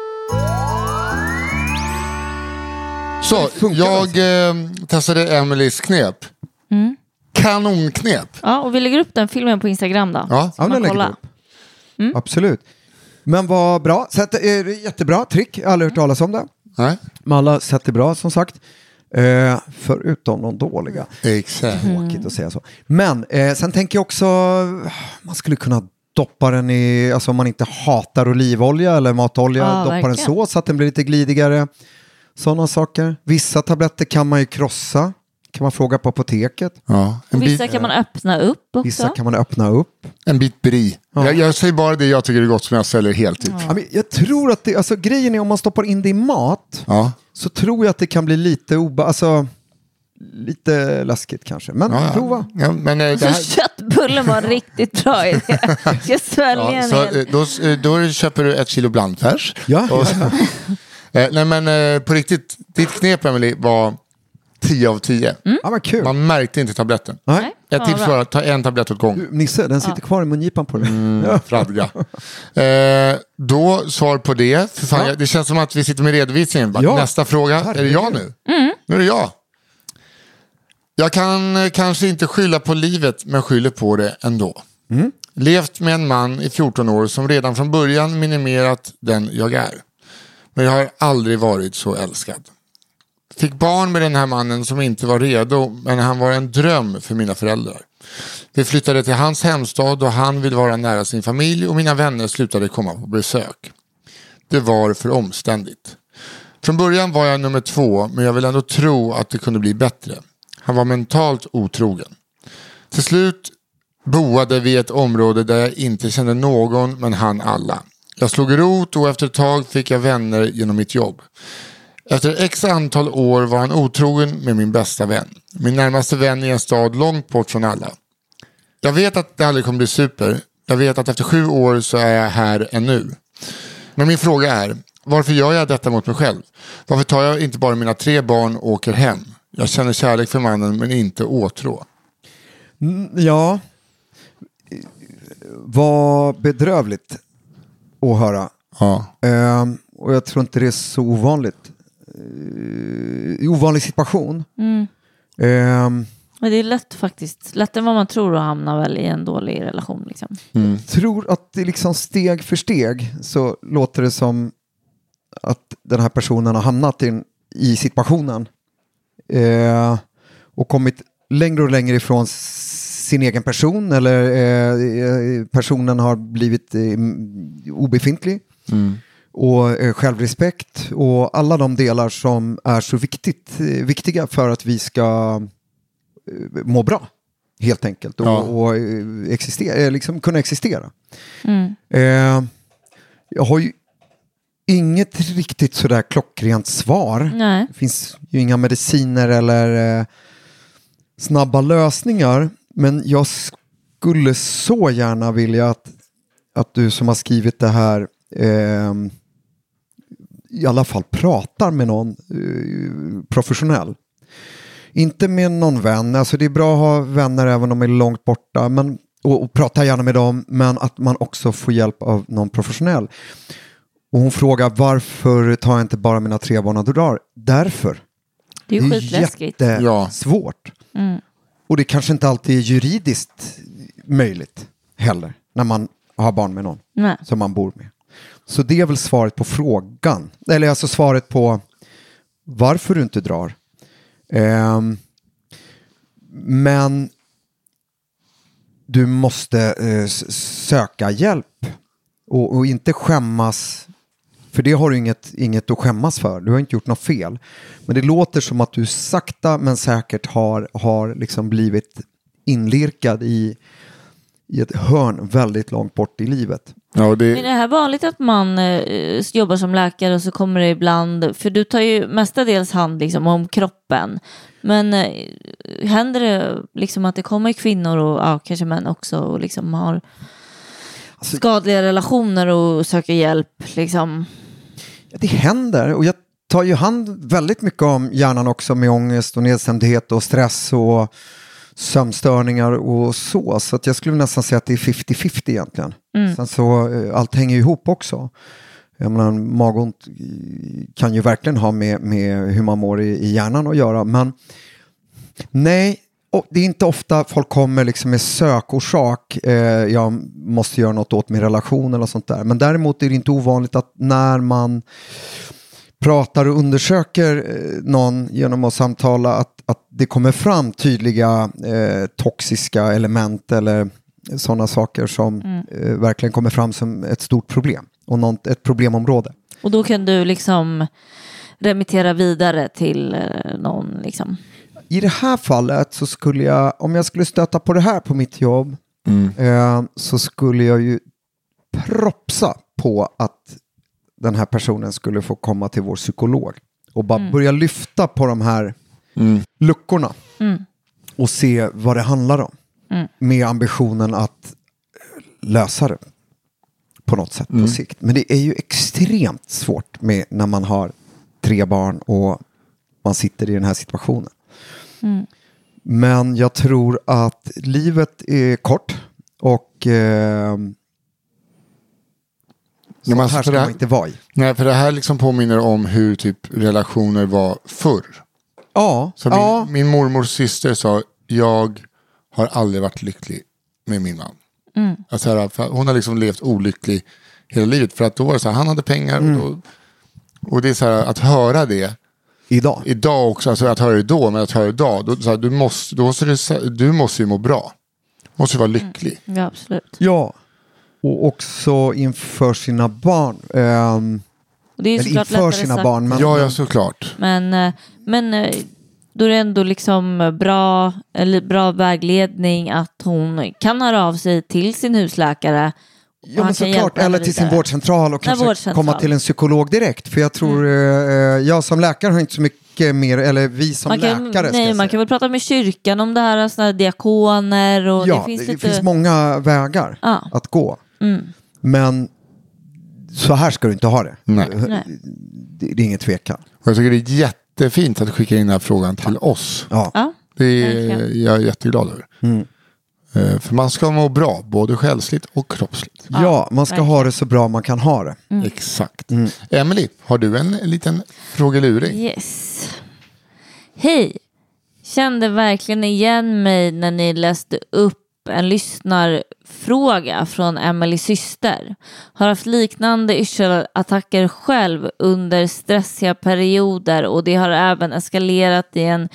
Så, funkar jag alltså. eh, testade Emelies knep. Mm. Kanonknep. Ja, och vi lägger upp den filmen på Instagram då. Ja. Ska Ja, man den lägger kolla? vi upp. Absolut. Men vad bra. Sätt, eh, jättebra trick. Jag har aldrig hört talas om det. Nej, Men alla sätter bra, som sagt. Eh, förutom de dåliga. exakt. Tråkigt att säga så. Men eh, sen tänker jag också, man skulle kunna doppa den i, alltså om man inte hatar olivolja eller matolja, Ja, doppa den verkligen. så så att den blir lite glidigare. Sådana saker. Vissa tabletter kan man ju krossa. Kan man fråga på apoteket. Ja, en, Och vissa bit, kan man öppna upp också. Vissa kan man öppna upp. en bit brie. Ja. Jag, jag säger bara det jag tycker är gott som jag säljer helt typ. Ja, men jag tror att det, alltså grejen är om man stoppar in det i mat Ja. så tror jag att det kan bli lite oba, alltså lite läskigt kanske. Men Ja, ja. prova. Ja, men, eh, det Så här, köttbullen var en riktigt bra idé. Jag ska svälja ja, en så, hel. eh, då, eh, då köper du ett kilo blandfärs. Ja, Och, ja, ja. eh, nej men eh, på riktigt, ditt knep Emily var tio av tio. Ja, men kul. Man märkte inte tabletten. Nej. Nej, Ett ja, tips bra. var att ta en tablett åt gången. Du, Nisse, den sitter kvar i mungipan på dig. Mm. Ja. Fradga. Eh, då svar på det. För fan, Ja. jag, det känns som att vi sitter med redovisningen. Bara, Ja. Nästa fråga. Är det jag nu? Nu är det jag. Jag kan eh, kanske inte skylla på livet, men skyller på det ändå. Levt med en man i fjorton år som redan från början minimerat den jag är. Men jag har aldrig varit så älskad. Fick barn med den här mannen som inte var redo, men han var en dröm för mina föräldrar. Vi flyttade till hans hemstad och han ville vara nära sin familj och mina vänner slutade komma på besök. Det var för omständigt. Från början var jag nummer två, men jag vill ändå tro att det kunde bli bättre. Han var mentalt otrogen. Till slut boade vi i ett område där jag inte kände någon, men han alla. Jag slog rot och efter ett tag fick jag vänner genom mitt jobb. Efter x antal år var han otrogen med min bästa vän. Min närmaste vän i en stad långt bort från alla. Jag vet att det aldrig kommer bli super. Jag vet att efter sju år så är jag här ännu. Men min fråga är, varför gör jag detta mot mig själv? Varför tar jag inte bara mina tre barn och åker hem? Jag känner kärlek för mannen men inte åtrå. Mm, ja, vad bedrövligt att höra. Ja. Uh, och jag tror inte det är så ovanligt. Uh, ovanlig situation. Mm. Uh, Men det är lätt faktiskt. Lättare än vad man tror att hamna väl i en dålig relation. Liksom. Mm. Jag tror att det liksom steg för steg så låter det som att den här personen har hamnat in, i situationen. Uh, och kommit längre och längre ifrån sin egen person. Eller uh, personen har blivit uh, obefintlig. Mm. Och eh, självrespekt och alla de delar som är så viktigt, eh, viktiga för att vi ska eh, må bra helt enkelt och, ja. och eh, existera, eh, liksom kunna existera. Mm. Eh, jag har ju inget riktigt sådär klockrent svar. Nej. Det finns ju inga mediciner eller eh, snabba lösningar, men jag skulle så gärna vilja att, att du som har skrivit det här Eh, i alla fall pratar med någon eh, professionell. Inte med någon vän. Alltså det är bra att ha vänner även om de är långt borta. Men, och, och prata gärna med dem. Men att man också får hjälp av någon professionell. Och hon frågar varför tar jag inte bara mina tre barn och drar? Därför. Det är ju skitläskigt. Jättesvårt. Ja. Mm. Och det kanske inte alltid är juridiskt möjligt heller. När man har barn med någon Nej. som man bor med. Så det är väl svaret på frågan. Eller alltså svaret på varför du inte drar. Um, men du måste uh, söka hjälp. Och, och inte skämmas. För det har du inget, inget att skämmas för. Du har inte gjort något fel. Men det låter som att du sakta men säkert har, har liksom blivit inlirkad i, i ett hörn väldigt långt bort i livet. Ja, det... Men är det här vanligt att man eh, jobbar som läkare och så kommer det ibland, för du tar ju mestadels hand liksom om kroppen, men eh, händer det liksom att det kommer kvinnor och ja, kanske män också och liksom har alltså, skadliga relationer och söker hjälp liksom? Ja, det händer och jag tar ju hand väldigt mycket om hjärnan också med ångest och nedstämdhet och stress och sömnstörningar och så. Så att jag skulle nästan säga att det är femtio femtio egentligen. Mm. Sen så allt hänger ihop också. Jag menar, magont kan ju verkligen ha med, med hur man mår i, i hjärnan att göra. Men nej, och det är inte ofta folk kommer liksom med sökorsak. Eh, jag måste göra något åt min relation eller sånt där. Men däremot är det inte ovanligt att när man pratar och undersöker någon genom att samtala att, att det kommer fram tydliga eh, toxiska element eller sådana saker som mm. eh, verkligen kommer fram som ett stort problem och något, ett problemområde. Och då kan du liksom remittera vidare till eh, någon liksom? I det här fallet så skulle jag, om jag skulle stöta på det här på mitt jobb mm. eh, så skulle jag ju propsa på att den här personen skulle få komma till vår psykolog och bara mm. börja lyfta på de här mm. luckorna mm. och se vad det handlar om mm. med ambitionen att lösa det på något sätt mm. på sikt. Men det är ju extremt svårt med när man har tre barn och man sitter i den här situationen. Mm. Men jag tror att livet är kort och eh, så men här ska det, man inte vara i. Nej, för det här liksom påminner om hur typ relationer var förr. Ja. Så min, ja. min mormors syster sa, jag har aldrig varit lycklig med min man. Mm. Alltså här, för hon har liksom levt olycklig hela livet. För att då var det så här, han hade pengar. Mm. Och, och det är så här, att höra det. Idag. Idag också, alltså att höra det då, men att höra det idag. Då, så här, du, måste, då måste du, du måste ju må bra. Du måste ju vara lycklig. Mm. Ja, absolut. Ja. Och också inför sina barn. Um, och det är ju eller inför sina sagt. barn. Men, ja, ja, såklart. Men, men då är det ändå liksom bra, eller bra vägledning att hon kan höra av sig till sin husläkare Ja, men såklart, eller till sin vårdcentral och kanske vårdcentral. komma till en psykolog direkt. För jag tror, mm. eh, jag som läkare har inte så mycket mer, eller vi som man kan, läkare. Nej, man säga. kan väl prata med kyrkan om det här, såna här diakoner. Och ja, det finns, det lite... finns många vägar ah. att gå. Mm. Men så här ska du inte ha det. Nej. Nej. Det, det är ingen tvekan. Jag tycker det är jättefint att skicka in den här frågan till oss. Ja. Ja. Det är jag är jätteglad över. Mm. För man ska må bra, både själsligt och kroppsligt. Ja, ja man ska verkligen ha det så bra man kan ha det. Mm. Exakt. Mm. Emily, har du en liten frågeluring? Yes. Hej. Kände verkligen igen mig när ni läste upp en lyssnarfråga från Emelies syster. Har haft liknande yrselattacker själv under stressiga perioder och det har även eskalerat i en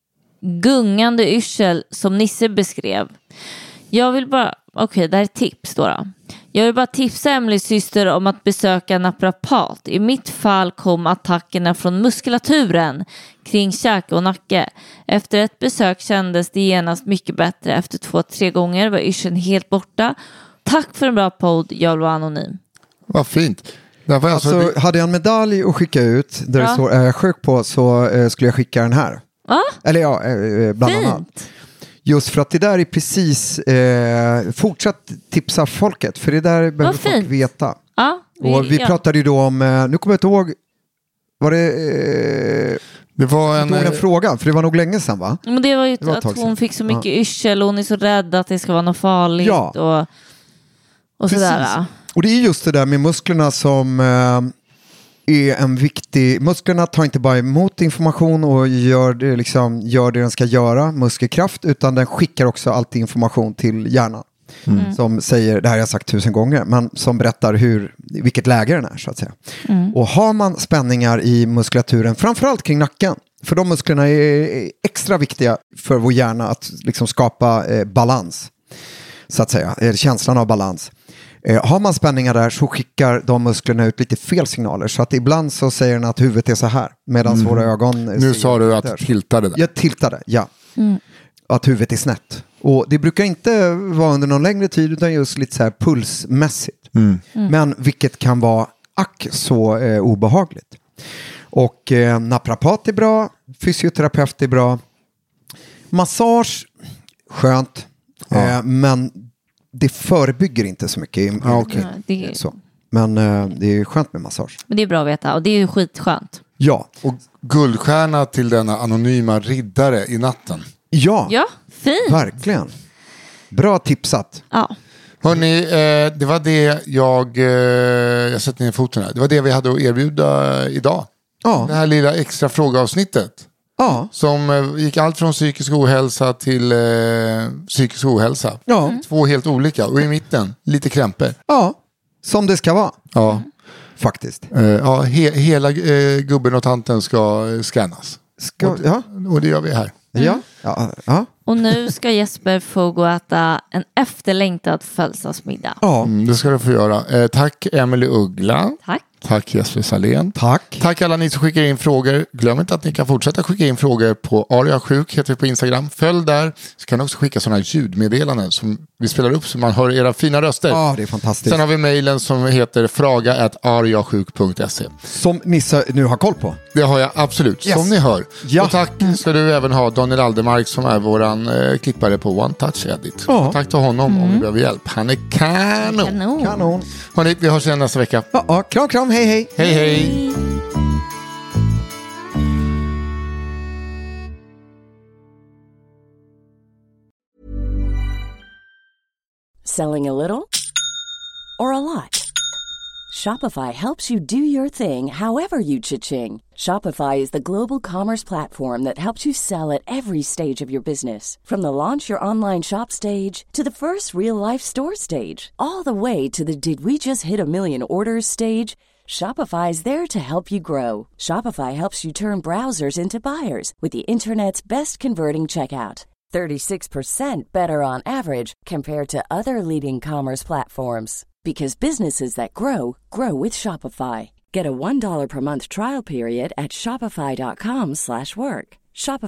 gungande yrsel som Nisse beskrev. Jag vill bara, okej okay, det här är tips då, då. Jag vill bara tipsa Emelies syster om att besöka naprapat. I mitt fall kom attackerna från muskulaturen kring käke och nacke. Efter ett besök kändes det genast mycket bättre. Efter två, tre gånger var yrseln helt borta. Tack för en bra podd, jag vill vara anonym. Vad fint. Alltså, alltså, hade jag en medalj att skicka ut där ja. det står är jag sjuk på så eh, skulle jag skicka den här. Va? Eller ja, eh, bland fint. annat. Just för att det där är precis eh, fortsatt tipsa folket. För det där behöver folk fint. veta. Ja, vi, och vi ja. pratade ju då om, eh, nu kommer jag inte ihåg, var det, eh, det var en, en fråga, för det var nog länge sedan va? Men det var ju det var att hon fick så mycket ja. yrsel och hon är så rädd att det ska vara något farligt ja. och, och sådär. Och det är just det där med musklerna som eh, är en viktig, musklerna tar inte bara emot information och gör det, liksom, gör det den ska göra, muskelkraft, utan den skickar också alltid information till hjärnan. Mm. Som säger, det här har jag sagt tusen gånger, men som berättar hur, vilket läge den är så att säga. Mm. Och har man spänningar i muskulaturen, framförallt kring nacken, för de musklerna är extra viktiga för vår hjärna att liksom skapa eh, balans, så att säga, eh, känslan av balans. Eh, har man spänningar där så skickar de musklerna ut lite fel signaler. Så att ibland så säger den att huvudet är så här. Medan mm. våra ögon... Nu sa du att tiltade det. Jag tiltade, ja. Mm. Att huvudet är snett. Och det brukar inte vara under någon längre tid utan just lite så här pulsmässigt. Mm. Mm. Men vilket kan vara ack så eh, obehagligt. Och eh, naprapat är bra. Fysioterapeut är bra. Massage, skönt. Ja. Eh, men... det förebygger inte så mycket. Ah, okay. det är... så. Men uh, det är skönt med massage. Men det är bra att veta och det är ju skitskönt. Ja. Och guldstjärna till denna anonyma riddare i natten. Ja, ja fint. Verkligen. Bra tipsat. Ja. Hörrni, eh, det var det jag, eh, jag sätter ner foten här. Det var det vi hade att erbjuda idag. Ja. Det här lilla extra frågeavsnittet. Ja. Som eh, gick allt från psykisk ohälsa till eh, psykisk ohälsa. Ja. Mm. Två helt olika. Och i mitten, lite krämpor. Ja, som det ska vara. Ja. Mm. Faktiskt. Eh, ja, he- hela eh, gubben och tanten ska eh, scannas. Ska, och, ja. och det gör vi här. Mm. Ja. Ja. Ja. Och nu ska Jesper få gå och äta en efterlängtad födelsedagsmiddag. Ja, mm, det ska du få göra. Eh, tack Emily Uggla. Tack. Tack Jesper Salén. Tack. Tack alla ni som skickar in frågor. Glöm inte att ni kan fortsätta skicka in frågor på ariasjuk heter vi på Instagram. Följ där. Så kan ni också skicka sådana ljudmeddelanden som vi spelar upp så man hör era fina röster. Ja, det är fantastiskt. Sen har vi mejlen som heter fraga at ariasjuk punkt se. Som Nissa nu har koll på. Det har jag absolut, yes. som ni hör. Ja. Och tack ska du även ha Daniel Aldermark som är våran eh, klippare på One Touch Edit. Ja. Tack till honom mm. om vi behöver hjälp. Han är kanon. Kanon. Kanon. Hörrni, vi hörs igen nästa vecka. Ja, ja, kram, kram, hej, hej. Hej, hej. Selling a little or a lot? Shopify helps you do your thing however you cha-ching. Shopify is the global commerce platform that helps you sell at every stage of your business. From the launch your online shop stage to the first real life store stage, all the way to the did we just hit a million orders stage. Shopify is there to help you grow. Shopify helps you turn browsers into buyers with the internet's best converting checkout. thirty-six percent better on average compared to other leading commerce platforms. Because businesses that grow, grow with Shopify. Get a one dollar per month trial period at shopify.com slash work.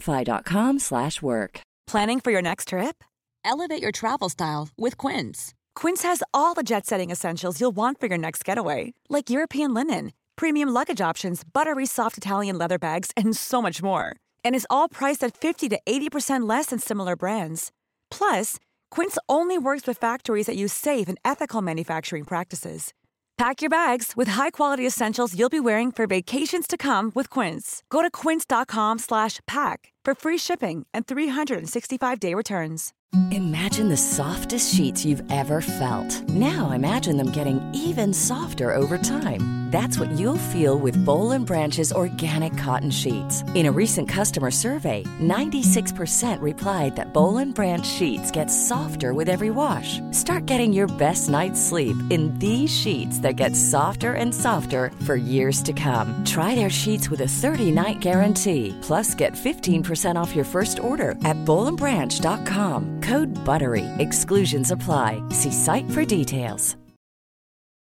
Shopify.com slash work. Planning for your next trip? Elevate your travel style with Quince. Quince has all the jet-setting essentials you'll want for your next getaway, like European linen, premium luggage options, buttery soft Italian leather bags, and so much more. And is all priced at fifty to eighty percent less than similar brands. Plus, Quince only works with factories that use safe and ethical manufacturing practices. Pack your bags with high-quality essentials you'll be wearing for vacations to come with Quince. Go to quince.com slash pack for free shipping and three sixty-five day returns. Imagine the softest sheets you've ever felt. Now imagine them getting even softer over time. That's what you'll feel with Boll and Branch's organic cotton sheets. In a recent customer survey, ninety-six percent replied that Boll and Branch sheets get softer with every wash. Start getting your best night's sleep in these sheets that get softer and softer for years to come. Try their sheets with a thirty-night guarantee. Plus, get fifteen percent off your first order at boll and branch dot com. Code BUTTERY. Exclusions apply. See site for details.